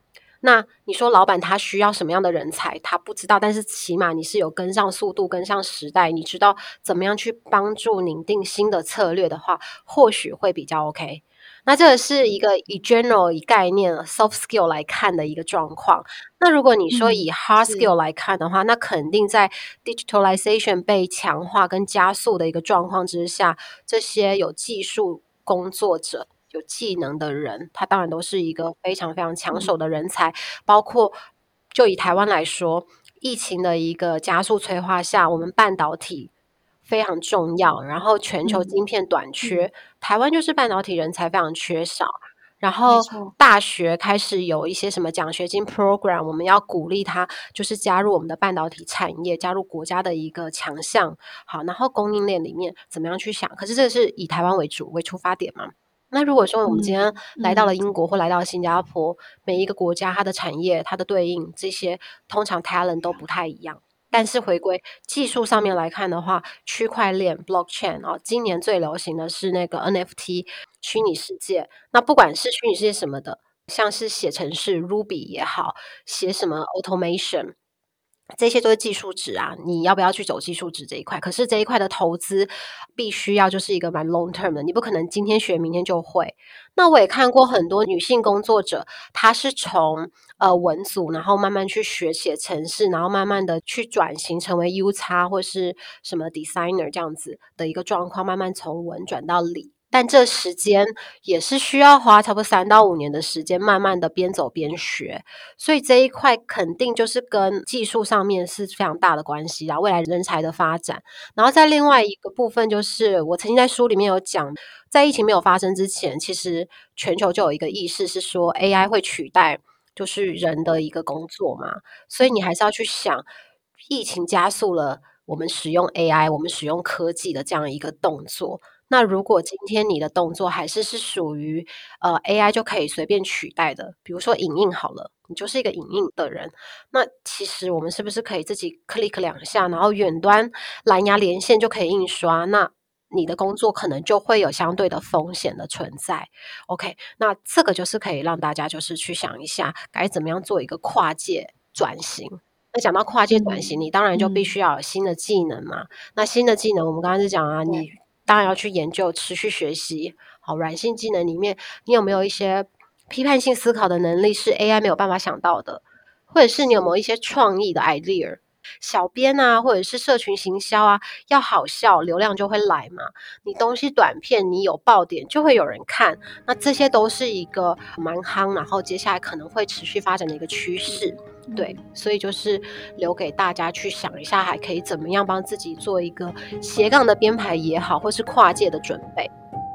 那你说老板他需要什么样的人才，他不知道，但是起码你是有跟上速度，跟上时代，你知道怎么样去帮助拟定新的策略的话，或许会比较 OK。那这个是一个以 general 以概念 soft skill 来看的一个状况。那如果你说以 hard skill 来看的话，那肯定在 digitalization 被强化跟加速的一个状况之下，这些有技术工作者有技能的人，他当然都是一个非常非常抢手的人才，包括就以台湾来说，疫情的一个加速催化下，我们半导体非常重要，然后全球晶片短缺，嗯、台湾就是半导体人才非常缺少。然后大学开始有一些什么奖学金 program， 我们要鼓励他就是加入我们的半导体产业，加入国家的一个强项。好，然后供应链里面怎么样去想？可是这是以台湾为主为出发点嘛？那如果说我们今天来到了英国或来到了新加坡，嗯、每一个国家它的产业、它的对应这些通常 talent 都不太一样。但是回归技术上面来看的话，区块链 blockchain 哦，今年最流行的是那个 N F T 虚拟世界。那不管是虚拟世界什么的，像是写程式 Ruby 也好，写什么 automation，这些都是技术值啊，你要不要去走技术值这一块？可是这一块的投资必须要就是一个蛮 long term 的，你不可能今天学明天就会。那我也看过很多女性工作者，她是从呃文组，然后慢慢去学写程式，然后慢慢的去转型成为 U X 或是什么 designer 这样子的一个状况，慢慢从文转到理。但这时间也是需要花差不多三到五年的时间，慢慢的边走边学，所以这一块肯定就是跟技术上面是非常大的关系啦，未来人才的发展。然后在另外一个部分，就是我曾经在书里面有讲，在疫情没有发生之前，其实全球就有一个意识是说 A I 会取代就是人的一个工作嘛，所以你还是要去想，疫情加速了我们使用 A I， 我们使用科技的这样一个动作。那如果今天你的动作还是是属于呃 A I 就可以随便取代的，比如说影印好了，你就是一个影印的人，那其实我们是不是可以自己 click 两下，然后远端蓝牙连线就可以印刷？那你的工作可能就会有相对的风险的存在。OK， 那这个就是可以让大家就是去想一下，该怎么样做一个跨界转型。那讲到跨界转型，你当然就必须要有新的技能嘛。嗯、那新的技能，我们刚刚是讲啊，你当然要去研究、持续学习。好，软性技能里面，你有没有一些批判性思考的能力是 A I 没有办法想到的？或者是你有没有一些创意的 idea？ 小编啊，或者是社群行销啊，要好笑，流量就会来嘛。你东西短片，你有爆点，就会有人看。那这些都是一个蛮夯，然后接下来可能会持续发展的一个趋势。对，所以就是留给大家去想一下，还可以怎么样帮自己做一个斜杠的编排也好，或是跨界的准备。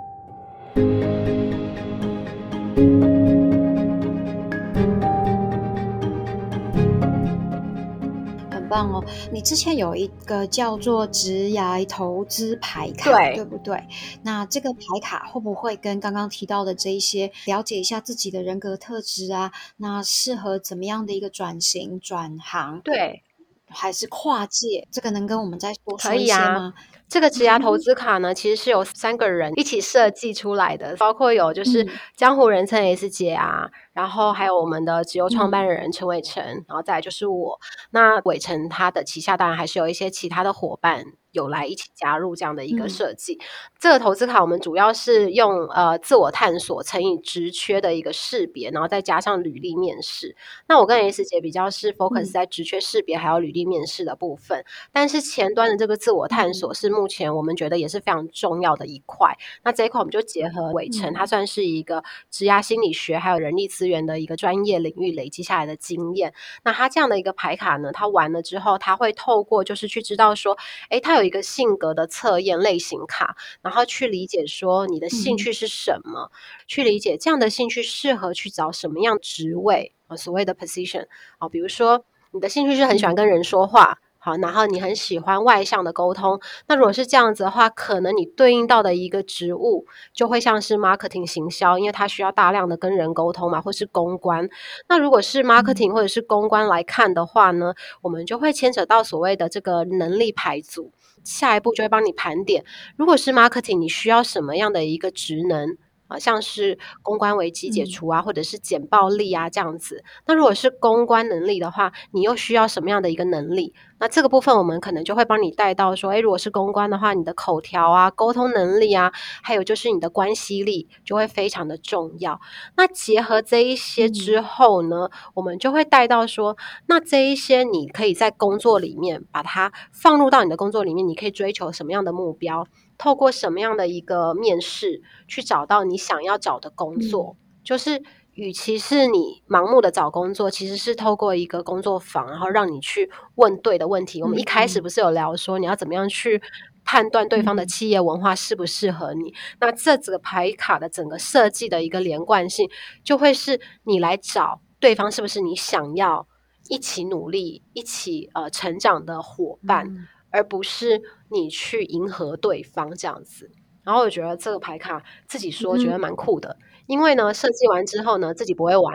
棒哦！你之前有一个叫做职涯投资牌卡， 对， 对不对？那这个牌卡会不会跟刚刚提到的这一些，了解一下自己的人格特质啊？那适合怎么样的一个转型转行？ 对， 还是跨界？这个能跟我们再多说一些吗？ 这个职涯投资卡呢，其实是由三个人一起设计出来的，包括有就是江湖人称 S 姐啊，嗯、然后还有我们的直邮创办人陈伟成，嗯、然后再来就是我。那伟成他的旗下当然还是有一些其他的伙伴有来一起加入这样的一个设计。嗯、这个投资卡我们主要是用呃自我探索乘以职缺的一个识别，然后再加上履历面试。那我跟 S 姐比较是 focus 在职缺识别还有履历面试的部分，嗯、但是前端的这个自我探索是目前我们觉得也是非常重要的一块。那这一块我们就结合伟成，他算是一个职涯心理学还有人力资源的一个专业领域累积下来的经验。那他这样的一个牌卡呢，他完了之后，他会透过就是去知道说，诶，他有一个性格的测验类型卡，然后去理解说你的兴趣是什么，嗯、去理解这样的兴趣适合去找什么样职位，所谓的 position。比如说你的兴趣是很喜欢跟人说话，好，然后你很喜欢外向的沟通，那如果是这样子的话，可能你对应到的一个职务就会像是 marketing 行销，因为它需要大量的跟人沟通嘛，或是公关。那如果是 marketing 或者是公关来看的话呢，我们就会牵扯到所谓的这个能力排组，下一步就会帮你盘点，如果是 marketing 你需要什么样的一个职能啊，像是公关危机解除啊，嗯、或者是简报力啊这样子。那如果是公关能力的话，你又需要什么样的一个能力？那这个部分我们可能就会帮你带到说，诶，如果是公关的话，你的口条啊、沟通能力啊，还有就是你的关系力就会非常的重要。那结合这一些之后呢，嗯、我们就会带到说，那这一些你可以在工作里面把它放入到你的工作里面，你可以追求什么样的目标？透过什么样的一个面试去找到你想要找的工作？嗯、就是与其是你盲目的找工作，其实是透过一个工作坊，然后让你去问对的问题。嗯、我们一开始不是有聊说你要怎么样去判断对方的企业文化适不适合你？嗯、那这整个牌卡的整个设计的一个连贯性，就会是你来找对方是不是你想要一起努力、一起呃成长的伙伴。嗯而不是你去迎合对方这样子。然后我觉得这个牌卡自己说觉得蛮酷的，嗯、因为呢设计完之后呢自己不会玩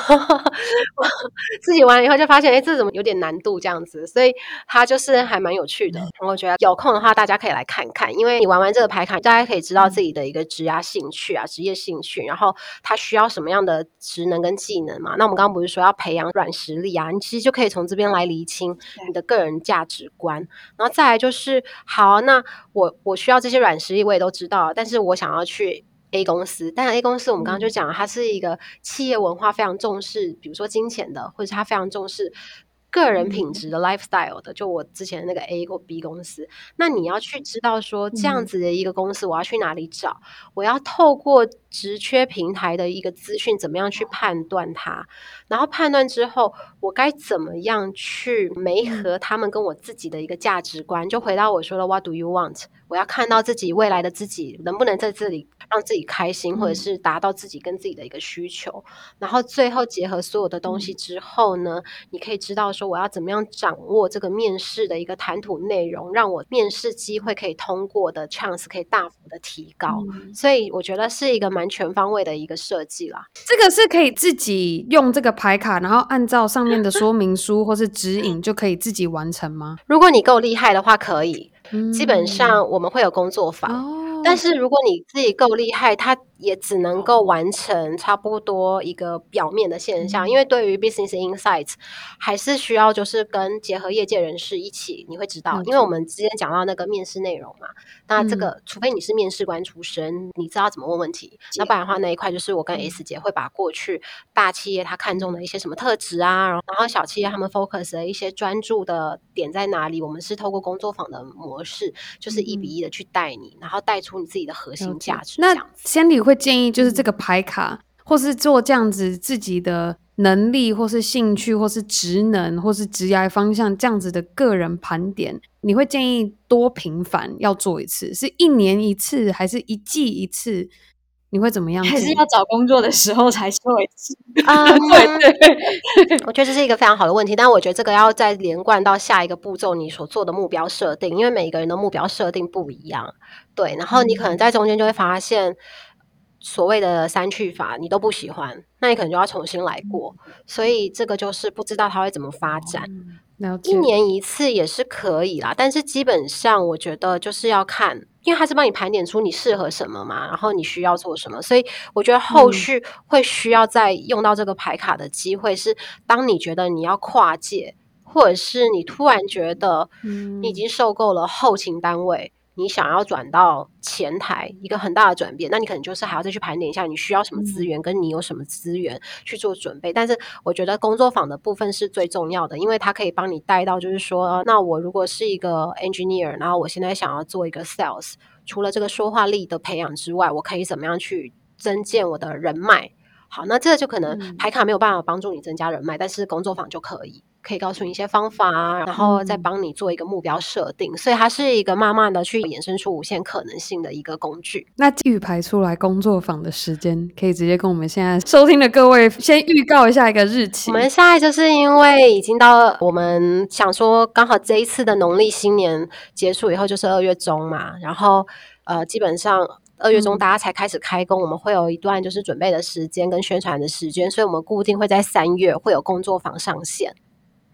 自己玩了以后就发现诶这怎么有点难度这样子，所以它就是还蛮有趣的。我觉得有空的话大家可以来看看，因为你玩完这个牌卡大家可以知道自己的一个职业兴趣啊职业兴趣，然后它需要什么样的职能跟技能嘛。那我们刚刚不是说要培养软实力啊，你其实就可以从这边来厘清你的个人价值观。然后再来就是好，那我我需要这些软实力我也都知道，但是我想要去 A 公司，但 A 公司我们刚刚就讲了，它是一个企业文化非常重视比如说金钱的，或者是它非常重视个人品质的 lifestyle 的，就我之前的那个 A 或 B 公司。那你要去知道说这样子的一个公司我要去哪里找，我要透过职缺平台的一个资讯怎么样去判断它，然后判断之后我该怎么样去媒合他们跟我自己的一个价值观。就回到我说的 What do you want， 我要看到自己未来的自己能不能在这里让自己开心，或者是达到自己跟自己的一个需求。然后最后结合所有的东西之后呢，你可以知道说我要怎么样掌握这个面试的一个谈吐内容，让我面试机会可以通过的 chance 可以大幅的提高。嗯、所以我觉得是一个蛮全方位的一个设计啦。 这个是可以自己用这个牌卡，然后按照上面的说明书或是指引就可以自己完成吗？ 如果你够厉害的话可以，嗯、基本上我们会有工作坊。哦，但是如果你自己够厉害，它也只能够完成差不多一个表面的现象。嗯、因为对于 business insights 还是需要就是跟结合业界人士一起，你会知道，嗯、因为我们之前讲到那个面试内容嘛，那这个、嗯、除非你是面试官出身，你知道怎么问问题，那不然的话那一块就是我跟 S 姐会把过去大企业他看中的一些什么特质啊，然后小企业他们 focus 的一些专注的点在哪里，我们是透过工作坊的模式，就是一比一的去带你，然后带出你自己的核心价值。 那 Sandy 会建议就是这个牌卡，或是做这样子自己的能力或是兴趣或是职能或是职业方向这样子的个人盘点，你会建议多频繁要做一次？是一年一次还是一季一次？你会怎么样？ 还是要找工作的时候才做一次？啊、嗯，对对，我觉得这是一个非常好的问题，但我觉得这个要再连贯到下一个步骤，你所做的目标设定，因为每个人的目标设定不一样，对，然后你可能在中间就会发现，所谓的三去法你都不喜欢，那你可能就要重新来过，所以这个就是不知道它会怎么发展。 嗯， 一年一次也是可以啦，但是基本上我觉得就是要看，因为它是帮你盘点出你适合什么嘛，然后你需要做什么，所以我觉得后续会需要再用到这个牌卡的机会是，当你觉得你要跨界，或者是你突然觉得你已经受够了后勤单位，你想要转到前台一个很大的转变，那你可能就是还要再去盘点一下你需要什么资源，跟你有什么资源去做准备。但是我觉得工作坊的部分是最重要的，因为它可以帮你带到就是说，那我如果是一个 engineer， 然后我现在想要做一个 sales， 除了这个说话力的培养之外，我可以怎么样去增建我的人脉。好，那这就可能牌卡没有办法帮助你增加人脉，但是工作坊就可以可以告诉你一些方法啊，然后再帮你做一个目标设定，嗯、所以它是一个慢慢的去衍生出无限可能性的一个工具。 那预排出来工作坊的时间，可以直接跟我们现在收听的各位先预告一下一个日期。 我们现在就是因为已经到我们想说刚好这一次的农历新年结束以后就是二月中嘛，然后呃基本上二月中大家才开始开工，嗯、我们会有一段就是准备的时间跟宣传的时间，所以我们固定会在三月会有工作坊上线。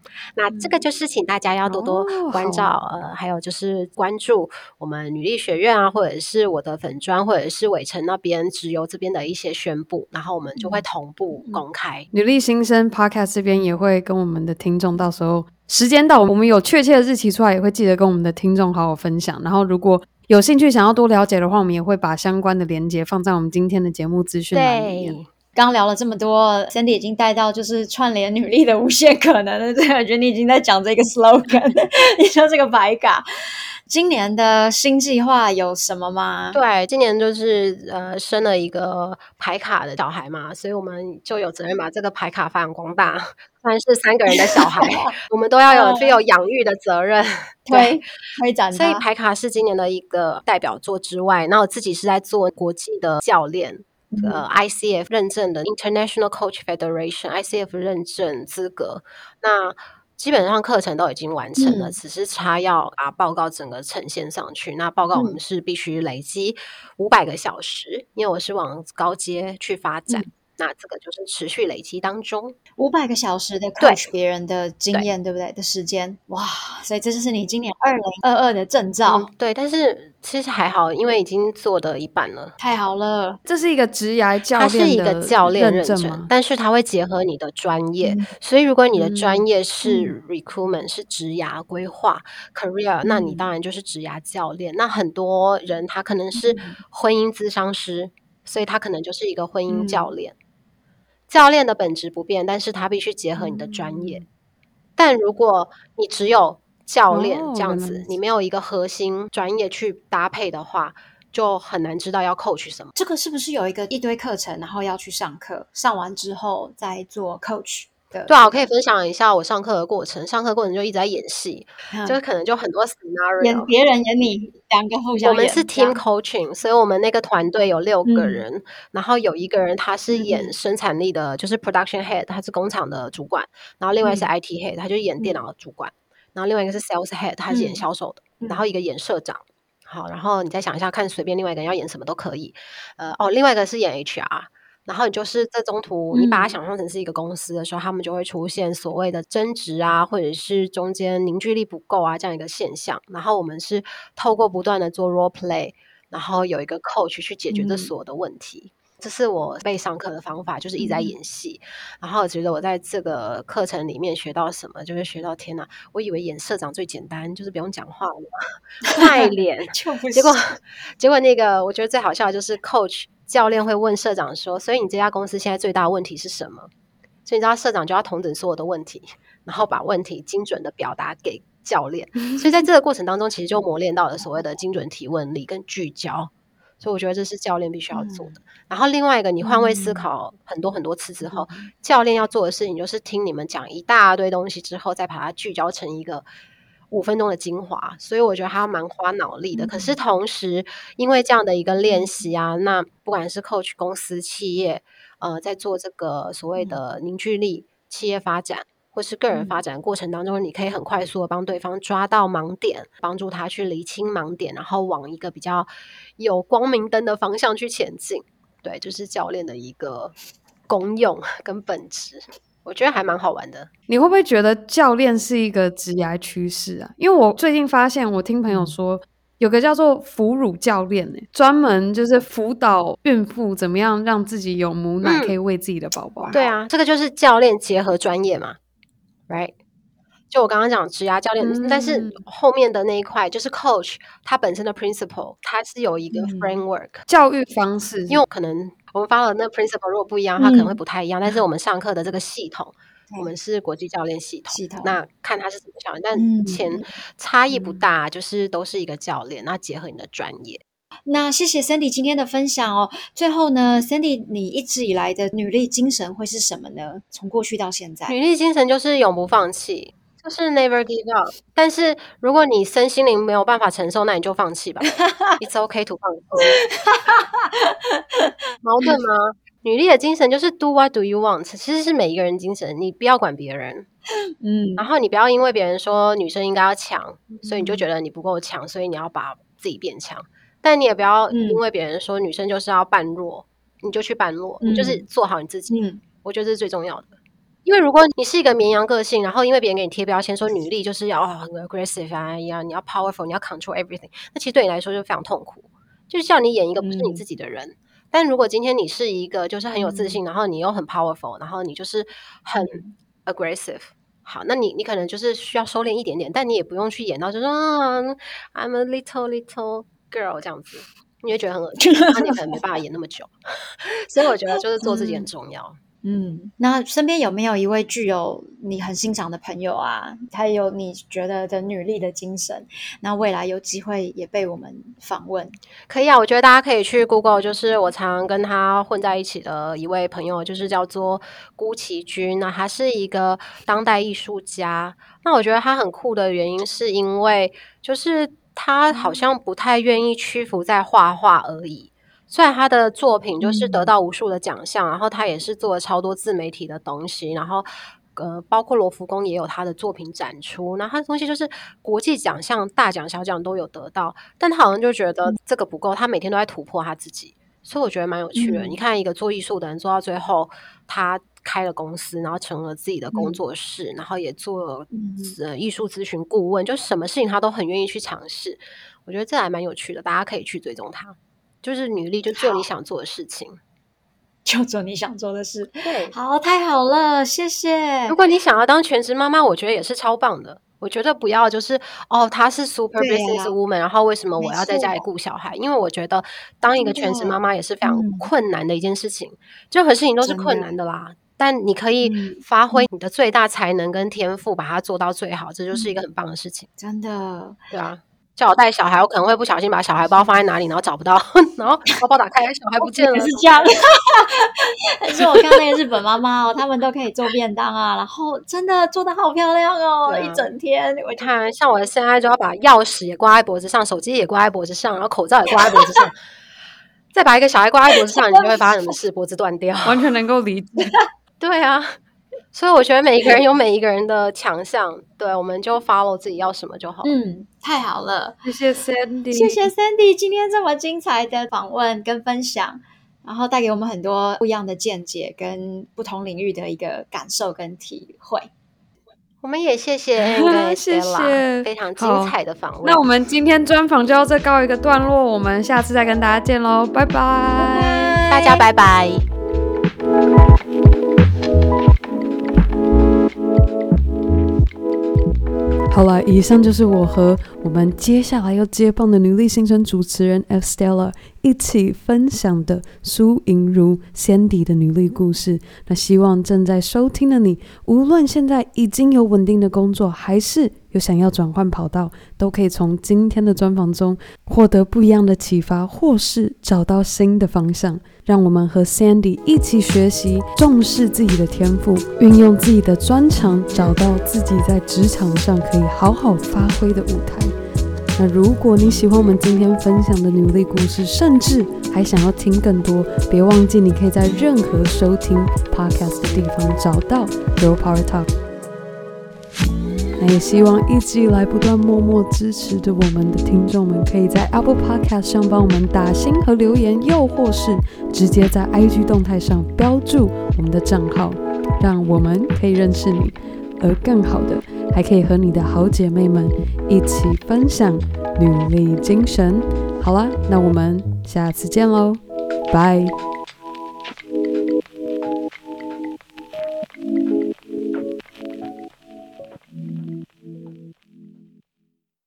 那这个就是请大家要多多关照、 哦、 呃，还有就是关注我们女力学院啊，或者是我的粉专，或者是伟成那边直邮这边的一些宣布，然后我们就会同步公开。 嗯、女力新生 Podcast 这边也会跟我们的听众，到时候时间到，我们有确切的日期出来，也会记得跟我们的听众好好分享。然后如果有兴趣想要多了解的话，我们也会把相关的连结放在我们今天的节目资讯栏里面。 刚聊了这么多 Sandy 已经带到就是串联女力的无限可能了，对，我觉得你已经在讲这个 slogan 你说这个白卡今年的新计划有什么吗？ 对，今年就是呃生了一个牌卡的小孩嘛，所以我们就有责任把这个牌卡发扬光大，算是三个人的小孩我们都要有具有养育的责任推推展它。 所以牌卡是今年的一个代表作之外，那我自己是在做国际的教练呃 I C F 认证的 International Coach Federation I C F 认证资格，那基本上课程都已经完成了、嗯、只是差要把报告整个呈现上去。那报告我们是必须累积五百个小时、嗯、因为我是往高阶去发展、嗯、那这个就是持续累积当中五百个小时的 coach 别人的经验 对, 对不对的时间，哇，所以这就是你今年二零二二的证照、 嗯、对，但是其实还好，因为已经做的一半了。 太好了， 这是一个职涯教练的它是一个教练认证吗？ 但是它会结合你的专业、嗯、所以如果你的专业是 recruitment、嗯、是职涯规划 career、嗯、那你当然就是职涯教练。那很多人他可能是婚姻咨商师、嗯、所以他可能就是一个婚姻教练、嗯、教练的本质不变，但是他必须结合你的专业、嗯、但如果你只有教练这样子、哦、你没有一个核心专业去搭配的话，就很难知道要 coach 什么。 这个是不是有一个一堆课程，然后要去上课，上完之后再做 coach 的？ 对啊，我可以分享一下我上课的过程。上课过程就一直在演戏、嗯、就是可能就很多 scenario， 演别人演你，两个互相演。 我们是 team coaching， 所以我们那个团队有六个人、嗯、然后有一个人他是演生产力的、嗯、就是 production head， 他是工厂的主管，然后另外是 I T head、嗯、他就演电脑的主管、嗯，然后另外一个是 sales head， 他是演销售的、嗯、然后一个演社长。好，然后你再想一下看随便另外一个人要演什么都可以。呃哦，另外一个是演 H R， 然后你就是这中途你把它想象成是一个公司的时候、嗯、他们就会出现所谓的争执啊，或者是中间凝聚力不够啊这样一个现象，然后我们是透过不断的做 role play， 然后有一个 coach 去解决这所有的问题、嗯，这是我被上课的方法，就是一直在演戏、嗯、然后我觉得我在这个课程里面学到什么，就是学到天哪，我以为演社长最简单，就是不用讲话了卖脸结果结果那个我觉得最好笑的就是 coach 教练会问社长说，所以你这家公司现在最大的问题是什么？所以你知道社长就要统整所有的问题，然后把问题精准的表达给教练所以在这个过程当中其实就磨练到了所谓的精准提问力跟聚焦，所以我觉得这是教练必须要做的、嗯、然后另外一个，你换位思考很多很多次之后、嗯、教练要做的事情就是听你们讲一大堆东西之后再把它聚焦成一个五分钟的精华，所以我觉得他蛮花脑力的、嗯、可是同时因为这样的一个练习啊，那不管是 coach 公司企业呃，在做这个所谓的凝聚力、嗯、企业发展或是个人发展的过程当中、嗯、你可以很快速的帮对方抓到盲点，帮助他去厘清盲点，然后往一个比较有光明灯的方向去前进。对，就是教练的一个功用跟本质，我觉得还蛮好玩的。 你会不会觉得教练是一个职业趋势啊？因为我最近发现，我听朋友说、嗯、有个叫做哺乳教练、欸、专门就是辅导孕妇怎么样让自己有母奶可以喂自己的宝宝、 嗯、对啊，这个就是教练结合专业嘛 right，就我刚刚讲职涯教练、嗯、但是后面的那一块就是 coach 他本身的 principle 他是有一个 framework、嗯、 教育方式， 因为可能我们follow的那个 principle 如果不一样、嗯、它可能会不太一样，但是我们上课的这个系统、嗯、我们是国际教练系统, 系统那看他是怎么教练，但前差异不大、嗯、就是都是一个教练，那结合你的专业。 那谢谢 Sandy 今天的分享哦。最后呢 Sandy 你一直以来的女力精神会是什么呢？从过去到现在。 女力精神就是永不放弃，就是 never give up， 但是如果你身心灵没有办法承受，那你就放弃吧It's okay to 放弃矛盾吗？女力的精神就是 do what do you want， 其实是每一个人精神，你不要管别人，嗯，然后你不要因为别人说女生应该要强、嗯、所以你就觉得你不够强，所以你要把自己变强，但你也不要因为别人说女生就是要扮弱、嗯、你就去扮弱、嗯、你就是做好你自己、嗯、我觉得这是最重要的。 因为如果你是一个绵羊个性，然后因为别人给你贴标签说女力就是要、哦、很 aggressive 啊，要你要 powerful， 你要 control everything， 那其实对你来说就非常痛苦，就是叫你演一个不是你自己的人。嗯、但如果今天你是一个就是很有自信，嗯、然后你又很 powerful， 然后你就是很 aggressive， 好，那你你可能就是需要收敛一点点，但你也不用去演到就是啊 I'm a little little girl 这样子，你会觉得很恶心，那你可能没办法演那么久。所以我觉得就是做自己很重要。 嗯，那身边有没有一位具有你很欣赏的朋友啊，还有你觉得的女力的精神，那未来有机会也被我们访问？ 可以啊，我觉得大家可以去 Google， 就是我常跟他混在一起的一位朋友，就是叫做辜其君，那他是一个当代艺术家。那我觉得他很酷的原因是因为就是他好像不太愿意屈服在画画而已，虽然他的作品就是得到无数的奖项，嗯、然后他也是做了超多自媒体的东西，然后呃，包括罗浮宫也有他的作品展出，然后他的东西就是国际奖项、大奖、小奖都有得到，但他好像就觉得这个不够，他每天都在突破他自己，所以我觉得蛮有趣的。嗯、你看一个做艺术的人做到最后，他开了公司，然后成了自己的工作室，嗯、然后也做了、呃、艺术咨询顾问，就什么事情他都很愿意去尝试，我觉得这还蛮有趣的，大家可以去追踪他。就是女力，就做你想做的事情， 就做你想做的事。 对， 好，太好了，谢谢。 如果你想要当全职妈妈，我觉得也是超棒的。我觉得不要就是哦，她是 super business woman，、啊、然后为什么我要在家里顾小孩？因为我觉得当一个全职妈妈也是非常困难的一件事情，嗯、任何事情都是困难的啦。的但你可以发挥你的最大才能跟天赋，把它做到最好，这就是一个很棒的事情。 真的， 对啊。叫我带小孩，我可能会不小心把小孩包放在哪里，然后找不到，然后包包打开，小孩不见了。 是这样。但是我看那个日本妈妈哦，他们都可以做便当啊，然后真的做得好漂亮哦，啊、一整天。 我看像我现在就要把钥匙也挂在脖子上，手机也挂在脖子上，然后口罩也挂在脖子上，再把一个小孩挂在脖子上，你就会发生什么事？脖子断掉。 完全能够理解。 对啊。所以我觉得每一个人有每一个人的强项，对，我们就 follow 自己要什么就好。 嗯，太好了， 谢谢 Sandy， 谢谢 Sandy 今天这么精彩的访问跟分享，然后带给我们很多不一样的见解跟不同领域的一个感受跟体会。 我们也谢谢 Anne 谢谢， 非常精彩的访问。 那我们今天专访就要再告一个段落，我们下次再跟大家见咯，拜拜， 大家拜拜。 好了，以上就是我和我们接下来要接棒的女力新生主持人 Estella 一起分享的苏莹如 Sandy 的女力故事。那希望正在收听的你，无论现在已经有稳定的工作，还是有想要转换跑道，都可以从今天的专访中获得不一样的启发，或是找到新的方向。让我们和 Sandy 一起学习，重视自己的天赋，运用自己的专长，找到自己在职场上可以好好发挥的舞台。那如果你喜欢我们今天分享的女力故事，甚至还想要听更多，别忘记你可以在任何收听 podcast 的地方找到 Girl Power Talk。那也希望一直以来不断默默支持着我们的听众们，可以在 Apple Podcast 上帮我们打星和留言，又或是直接在 I G 动态上标注我们的账号，让我们可以认识你，而更好的还可以和你的好姐妹们一起分享女力精神。好啦，那我们下次见咯，拜。